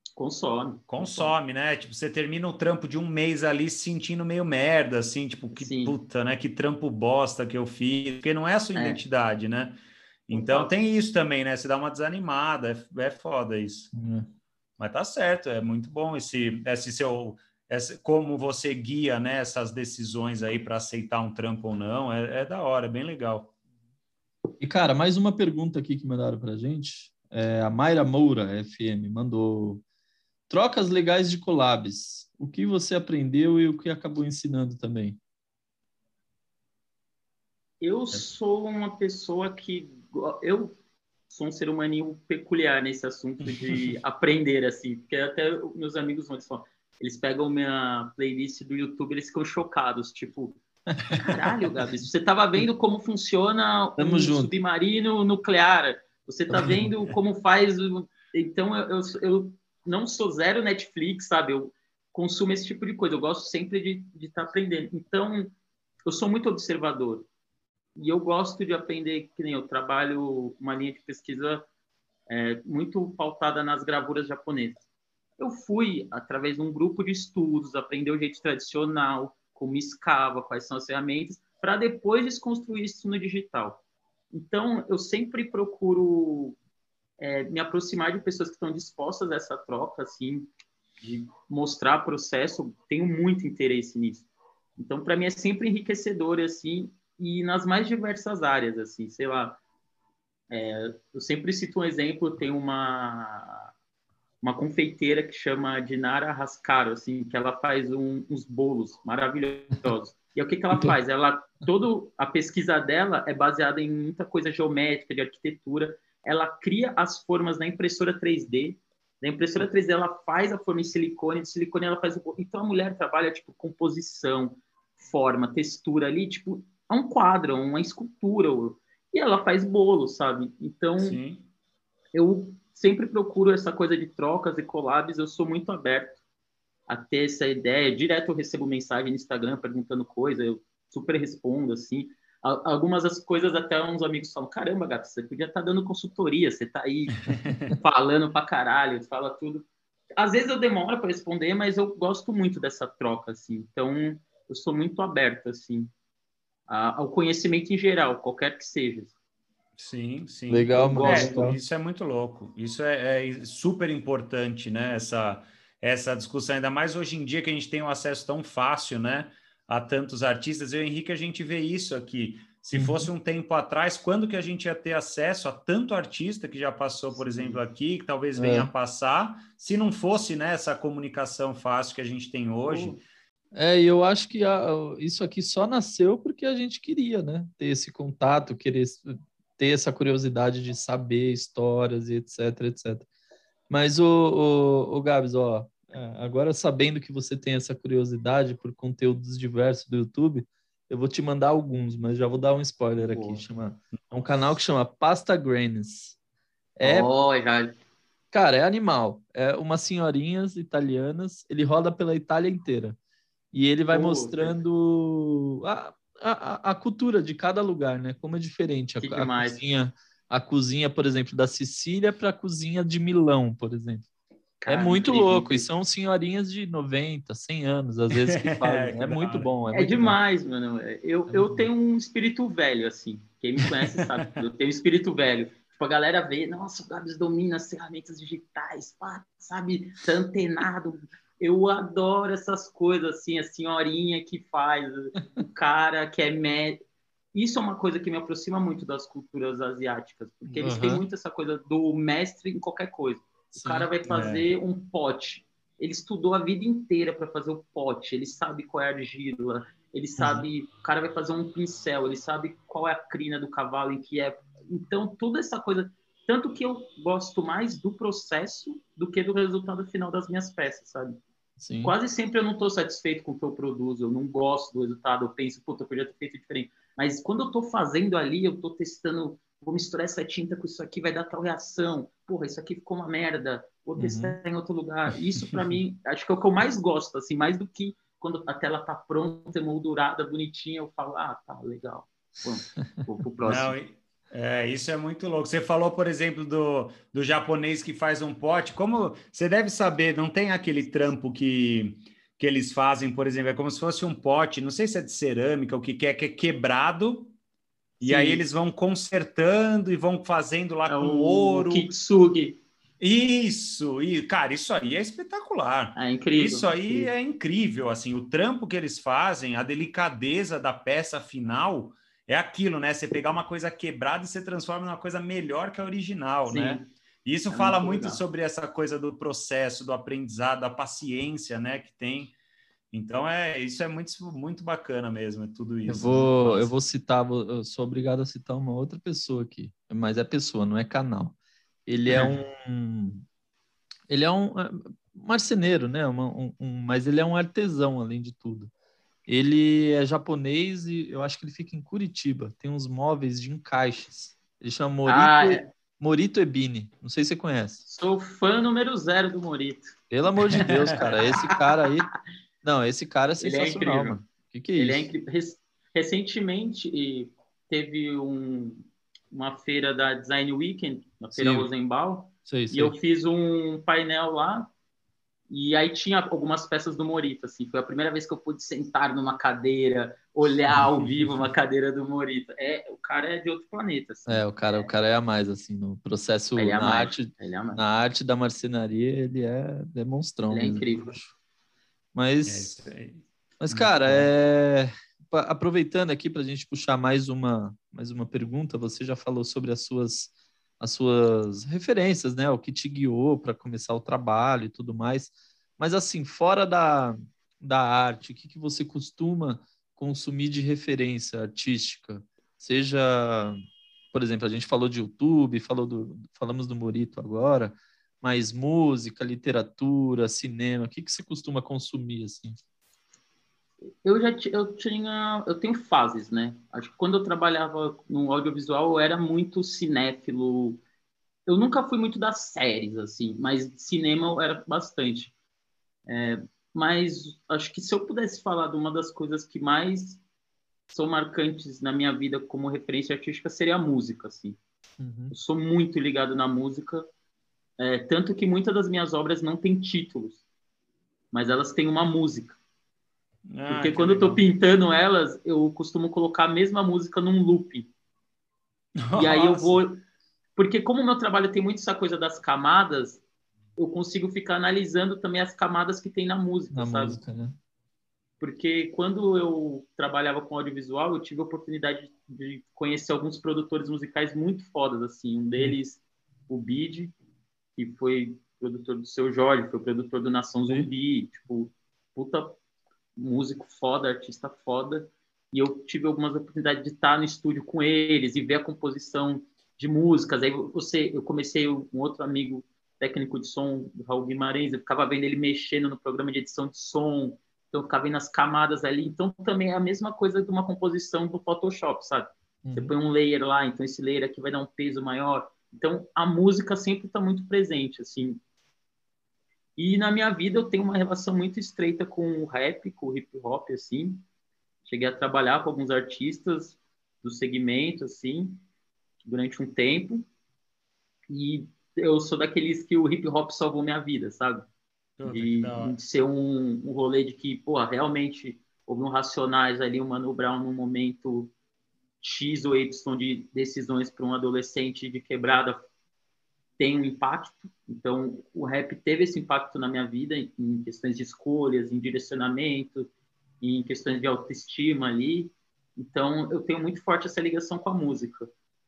Consome, né? Tipo, você termina o trampo de 1 mês ali se sentindo meio merda, assim, tipo, que puta, né? Que trampo bosta que eu fiz. Porque não é a sua identidade, né? Então tem isso também, né? Você dá uma desanimada, é foda isso. Mas tá certo, é muito bom como você guia, né, essas decisões aí para aceitar um trampo ou não, é da hora, é bem legal. E, cara, mais uma pergunta aqui que mandaram pra gente. A Mayra Moura, FM, mandou: trocas legais de collabs. O que você aprendeu e o que acabou ensinando também? Eu sou uma pessoa que... Eu sou um ser humaninho peculiar nesse assunto de aprender, assim. Porque até meus amigos falam, eles pegam minha playlist do YouTube, eles ficam chocados. Tipo, caralho, Gabi, você tava vendo como funciona um submarino nuclear. Você tá vendo como faz... Então, eu não sou zero Netflix, sabe? Eu consumo esse tipo de coisa. Eu gosto sempre de estar aprendendo. Então, eu sou muito observador. E eu gosto de aprender, que nem eu trabalho uma linha de pesquisa muito pautada nas gravuras japonesas. Eu fui, através de um grupo de estudos, aprender o jeito tradicional, como escava, quais são as ferramentas, para depois desconstruir isso no digital. Então, eu sempre procuro me aproximar de pessoas que estão dispostas a essa troca, assim, de mostrar processo. Tenho muito interesse nisso. Então, para mim, é sempre enriquecedor, assim, e nas mais diversas áreas, assim, sei lá. Eu sempre cito um exemplo, tem uma confeiteira que chama Dinara Rascaro, assim, que ela faz uns bolos maravilhosos. E o que ela faz? Toda a pesquisa dela é baseada em muita coisa geométrica, de arquitetura. Ela cria as formas na impressora 3D. Na impressora 3D ela faz a forma em silicone, de silicone ela faz o bolo. Então a mulher trabalha tipo composição, forma, textura ali, tipo, é um quadro, uma escultura. E ela faz bolo, sabe? Então Sim. eu sempre procuro essa coisa de trocas e collabs, eu sou muito aberto a ter essa ideia. Direto eu recebo mensagem no Instagram perguntando coisa, eu super respondo, assim. Algumas das coisas até uns amigos falam, caramba, gato, você podia estar dando consultoria, você tá aí falando pra caralho, fala tudo. Às vezes eu demoro para responder, mas eu gosto muito dessa troca, assim. Então, eu sou muito aberto, assim, ao conhecimento em geral, qualquer que seja. Sim, sim. Legal, mano. Legal. Isso é muito louco. Isso é super importante, né? Essa discussão, ainda mais hoje em dia que a gente tem um acesso tão fácil, né? A tantos artistas. Eu e o Henrique, a gente vê isso aqui. Se fosse um tempo atrás, quando que a gente ia ter acesso a tanto artista que já passou, por exemplo, aqui, que talvez venha a passar, se não fosse, né, essa comunicação fácil que a gente tem hoje. E eu acho que isso aqui só nasceu porque a gente queria, né? Ter esse contato, querer ter essa curiosidade de saber histórias e etc, etc. Mas o Gabs, ó, agora sabendo que você tem essa curiosidade por conteúdos diversos do YouTube, eu vou te mandar alguns, mas já vou dar um spoiler aqui. É um canal que chama Pasta Grains. Cara, é animal. É umas senhorinhas italianas, ele roda pela Itália inteira. E ele vai mostrando a cultura de cada lugar, né? Como é diferente a cozinha, por exemplo, da Sicília para a cozinha de Milão, por exemplo. Cara, é muito louco. E são senhorinhas de 90, 100 anos, às vezes, que fazem. É muito bom. É demais, mano. Eu tenho um espírito velho, assim. Quem me conhece sabe. Eu tenho um espírito velho. Tipo, a galera vê, nossa, o Gabs domina as ferramentas digitais, pá, sabe? Tá antenado. Eu adoro essas coisas, assim, a senhorinha que faz, o cara que é médico. Isso é uma coisa que me aproxima muito das culturas asiáticas, porque eles têm muito essa coisa do mestre em qualquer coisa. O cara vai fazer um pote. Ele estudou a vida inteira para fazer o pote. Ele sabe qual é a argila. Ele sabe... O cara vai fazer um pincel. Ele sabe qual é a crina do cavalo em que é... Então, toda essa coisa... Tanto que eu gosto mais do processo do que do resultado final das minhas peças, sabe? Sim. Quase sempre eu não estou satisfeito com o que eu produzo. Eu não gosto do resultado. Eu penso, puta, eu podia ter feito diferente. Mas quando eu estou fazendo ali, eu estou testando... Vou misturar essa tinta com isso aqui, vai dar tal reação. Porra, isso aqui ficou uma merda. Vou testar em outro lugar. Isso, para mim, acho que é o que eu mais gosto, assim, mais do que quando a tela tá pronta, emoldurada, bonitinha, eu falo, tá, legal. Vou pro próximo. Não, isso é muito louco. Você falou, por exemplo, do japonês que faz um pote. Como você deve saber, não tem aquele trampo que eles fazem, por exemplo, é como se fosse um pote, não sei se é de cerâmica, o que é quebrado. E Sim. Aí eles vão consertando e vão fazendo lá com ouro. Kintsugi. Isso, e cara, isso aí é espetacular. É incrível. Isso aí é incrível, assim, o trampo que eles fazem, a delicadeza da peça final é aquilo, né? Você pegar uma coisa quebrada e você transforma numa coisa melhor que a original, Sim. né? E isso fala muito sobre essa coisa do processo, do aprendizado, da paciência, né, que tem. Então, isso é muito, muito bacana mesmo, é tudo isso. Eu vou citar, eu sou obrigado a citar uma outra pessoa aqui, mas é pessoa, não é canal. Ele é um marceneiro, né? Mas ele é um artesão, além de tudo. Ele é japonês e eu acho que ele fica em Curitiba. Tem uns móveis de encaixes. Ele chama Morito Ebini. Não sei se você conhece. Sou fã número 0 do Morito. Pelo amor de Deus, cara. Esse cara aí... Não, esse cara é Ele é sensacional, incrível. mano. Que é Ele é isso? incrível. Recentemente teve uma feira da Design Weekend, na Feira Sim, Rosenbaum, sei. e eu fiz um painel lá, e aí tinha algumas peças do Morito, assim. Foi a primeira vez que eu pude sentar numa cadeira, olhar ao vivo uma cadeira do Morito. O cara é de outro planeta, assim. O cara é a mais, assim, no processo, Ele é a na mais. arte, Ele é a mais. na arte da marcenaria, ele é monstrão Ele é mesmo. incrível. Mas, isso aí. cara, aproveitando aqui para a gente puxar mais uma pergunta, você já falou sobre as suas referências, né? O que te guiou para começar o trabalho e tudo mais. Mas, assim, fora da arte, o que você costuma consumir de referência artística? Seja, por exemplo, a gente falou de YouTube, falamos do Morito agora, mas música, literatura, cinema, o que você costuma consumir, assim? Eu tenho fases, né? Acho que quando eu trabalhava no audiovisual, eu era muito cinéfilo. Eu nunca fui muito das séries, assim, mas cinema eu era bastante. Mas acho que se eu pudesse falar de uma das coisas que mais são marcantes na minha vida como referência artística, seria a música, assim. Uhum. Eu sou muito ligado na música, tanto que muitas das minhas obras não têm títulos, mas elas têm uma música. Porque quando eu tô pintando elas, eu costumo colocar a mesma música num loop. E aí eu vou... Porque como o meu trabalho tem muito essa coisa das camadas, eu consigo ficar analisando também as camadas que tem na música, sabe? Música, né? Porque quando eu trabalhava com audiovisual, eu tive a oportunidade de conhecer alguns produtores musicais muito fodas, assim. Um deles, o Bid, que foi produtor do Seu Jorge, foi produtor do Nação Zumbi, tipo, puta músico foda, artista foda. E eu tive algumas oportunidades de estar no estúdio com eles e ver a composição de músicas. Aí eu comecei um outro amigo técnico de som, o Raul Guimarães, eu ficava vendo ele mexendo no programa de edição de som, então eu ficava vendo as camadas ali. Então também é a mesma coisa de uma composição do Photoshop, sabe? Você põe um layer lá, então esse layer aqui vai dar um peso maior. Então a música sempre está muito presente, assim. E na minha vida eu tenho uma relação muito estreita com o rap, com o hip hop, assim. Cheguei a trabalhar com alguns artistas do segmento, assim, durante um tempo. E eu sou daqueles que o hip hop salvou minha vida, sabe? De ser um rolê de que, pô, realmente houve um Racionais ali, um Mano Brown num momento X ou Y de decisões para um adolescente de quebrada tem um impacto. Então, o rap teve esse impacto na minha vida em questões de escolhas, em direcionamento, em questões de autoestima ali. Então, eu tenho muito forte essa ligação com a música.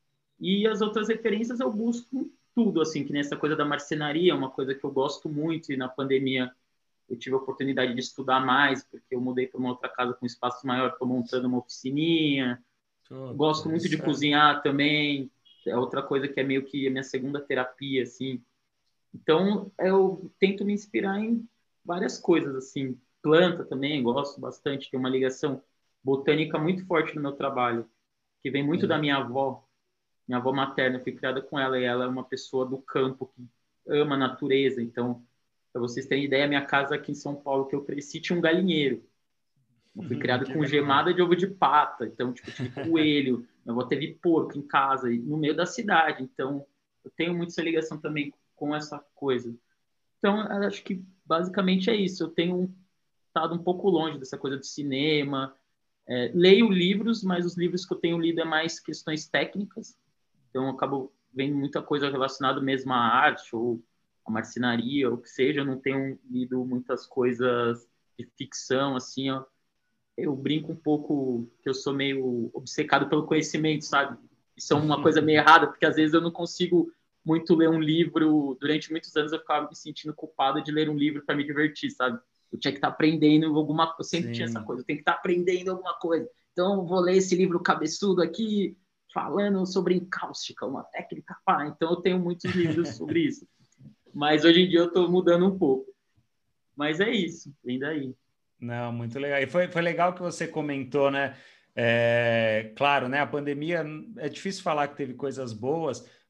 E as outras referências eu busco tudo, assim, que nessa coisa da marcenaria, uma coisa que eu gosto muito, e na pandemia eu tive a oportunidade de estudar mais, porque eu mudei para uma outra casa com espaço maior, estou montando uma oficininha. Gosto muito de cozinhar também, é outra coisa que é meio que a minha segunda terapia, assim. Então, eu tento me inspirar em várias coisas, assim. Planta também, gosto bastante, tem uma ligação botânica muito forte no meu trabalho, que vem muito da minha avó materna, eu fui criada com ela, e ela é uma pessoa do campo que ama a natureza. Então, para vocês terem ideia, minha casa aqui em São Paulo, que eu cresci, tinha um galinheiro. Eu fui criado com gemada de ovo de pata, então, tipo, tive coelho, minha avó teve porco em casa, no meio da cidade. Então, eu tenho muito essa ligação também com essa coisa. Então, acho que basicamente é isso. Eu tenho estado um pouco longe dessa coisa de cinema. Leio livros, mas os livros que eu tenho lido é mais questões técnicas. Então, eu acabo vendo muita coisa relacionada mesmo à arte ou à marcenaria, ou o que seja. Eu não tenho lido muitas coisas de ficção, assim, ó. Eu brinco um pouco que eu sou meio obcecado pelo conhecimento, sabe? Isso é uma coisa meio errada, porque às vezes eu não consigo muito ler um livro. Durante muitos anos eu ficava me sentindo culpado de ler um livro para me divertir, sabe? Eu tinha que estar aprendendo alguma coisa. Eu sempre tinha essa coisa, eu tenho que estar aprendendo alguma coisa. Então eu vou ler esse livro cabeçudo aqui, falando sobre encáustica, uma técnica. Então eu tenho muitos livros sobre isso. Mas hoje em dia eu estou mudando um pouco. Mas é isso, vem daí. Não, muito legal. E foi legal que você comentou, né? Claro, né? A pandemia, é difícil falar que teve coisas boas,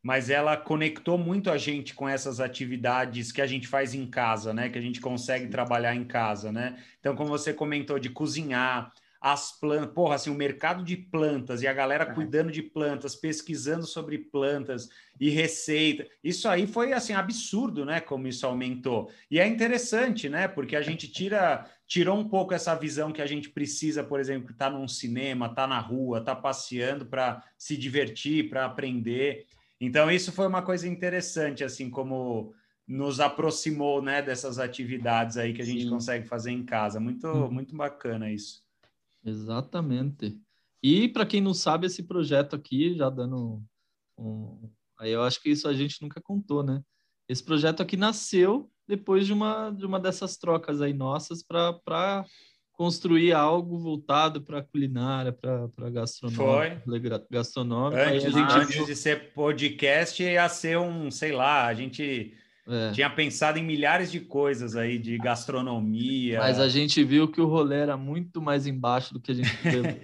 mas ela conectou muito a gente com essas atividades que a gente faz em casa, né? Que a gente consegue trabalhar em casa, né? Então, como você comentou de cozinhar, as plantas, porra, assim, o mercado de plantas e a galera cuidando de plantas, pesquisando sobre plantas e receita, isso aí foi, assim, absurdo, né? Como isso aumentou. E é interessante, né? Porque a gente tirou um pouco essa visão que a gente precisa, por exemplo, estar num cinema, estar na rua, estar passeando para se divertir, para aprender. Então, isso foi uma coisa interessante, assim, como nos aproximou, né, dessas atividades aí que a gente consegue fazer em casa. Muito bacana isso. Exatamente. E para quem não sabe, esse projeto aqui, já dando aí eu acho que isso a gente nunca contou, né? Esse projeto aqui nasceu depois de uma dessas trocas aí nossas para construir algo voltado para culinária, para gastronômico. Aí a gente Antes de ser podcast, ia ser sei lá, a gente tinha pensado em milhares de coisas aí, de gastronomia. Mas a gente viu que o rolê era muito mais embaixo do que a gente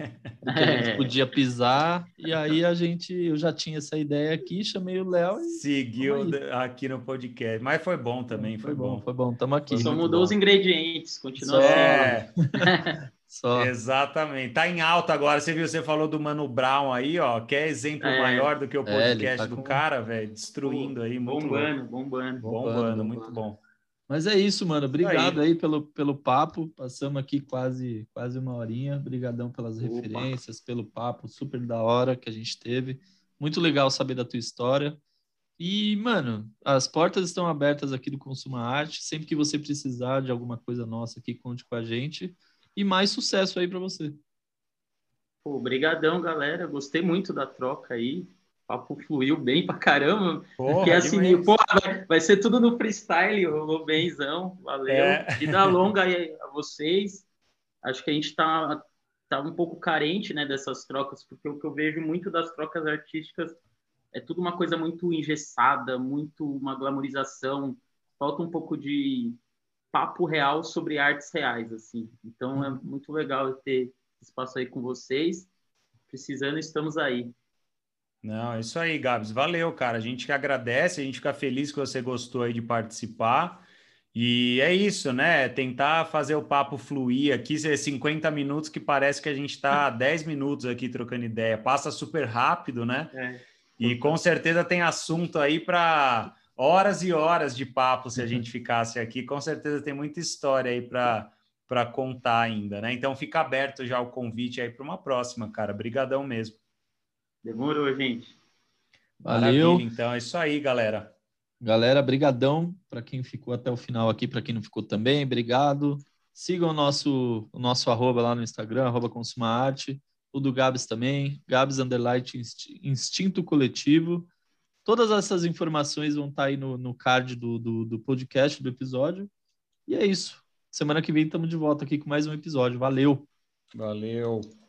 podia pisar, e aí eu já tinha essa ideia aqui, chamei o Léo e seguiu aqui no podcast. Mas foi bom também, foi bom. Foi bom, estamos aqui. Só mudou os ingredientes, continua assim. Só. Exatamente. Tá em alta agora. Você viu, você falou do Mano Brown aí, ó, que é exemplo maior do que o podcast do cara, velho, destruindo aí, muito bombando, muito bom. Mas é isso, mano. Obrigado aí pelo papo. Passamos aqui quase uma horinha. Obrigadão pelas referências, pelo papo super da hora que a gente teve. Muito legal saber da tua história. E, mano, as portas estão abertas aqui do Consuma Arte. Sempre que você precisar de alguma coisa nossa aqui, conte com a gente. E mais sucesso aí para você. Obrigadão, galera. Gostei muito da troca aí. O papo fluiu bem pra caramba. Porque assim, vai ser tudo no freestyle, rolou benzão. Valeu. Vida longa aí a vocês. Acho que a gente tá um pouco carente, né, dessas trocas, porque o que eu vejo muito das trocas artísticas é tudo uma coisa muito engessada, muito uma glamorização. Falta um pouco de papo real sobre artes reais, assim. Então, é muito legal ter espaço aí com vocês. Precisando, estamos aí. Não, é isso aí, Gabs. Valeu, cara. A gente que agradece, a gente fica feliz que você gostou aí de participar. E é isso, né? Tentar fazer o papo fluir aqui, 50 minutos que parece que a gente está 10 minutos aqui trocando ideia. Passa super rápido, né? E com certeza tem assunto aí para horas e horas de papo se a gente ficasse aqui. Com certeza tem muita história aí para contar ainda, né? Então fica aberto já o convite aí para uma próxima, cara. Brigadão mesmo. Demorou, gente. Valeu. Maravilha, então é isso aí, galera. Galera, brigadão para quem ficou até o final aqui, para quem não ficou também, obrigado. Sigam o nosso arroba lá no Instagram, @consumaarte, o do Gabs também, Gabs _ Instinto Coletivo. Todas essas informações vão estar aí no card do podcast, do episódio. E é isso. Semana que vem estamos de volta aqui com mais um episódio. Valeu! Valeu!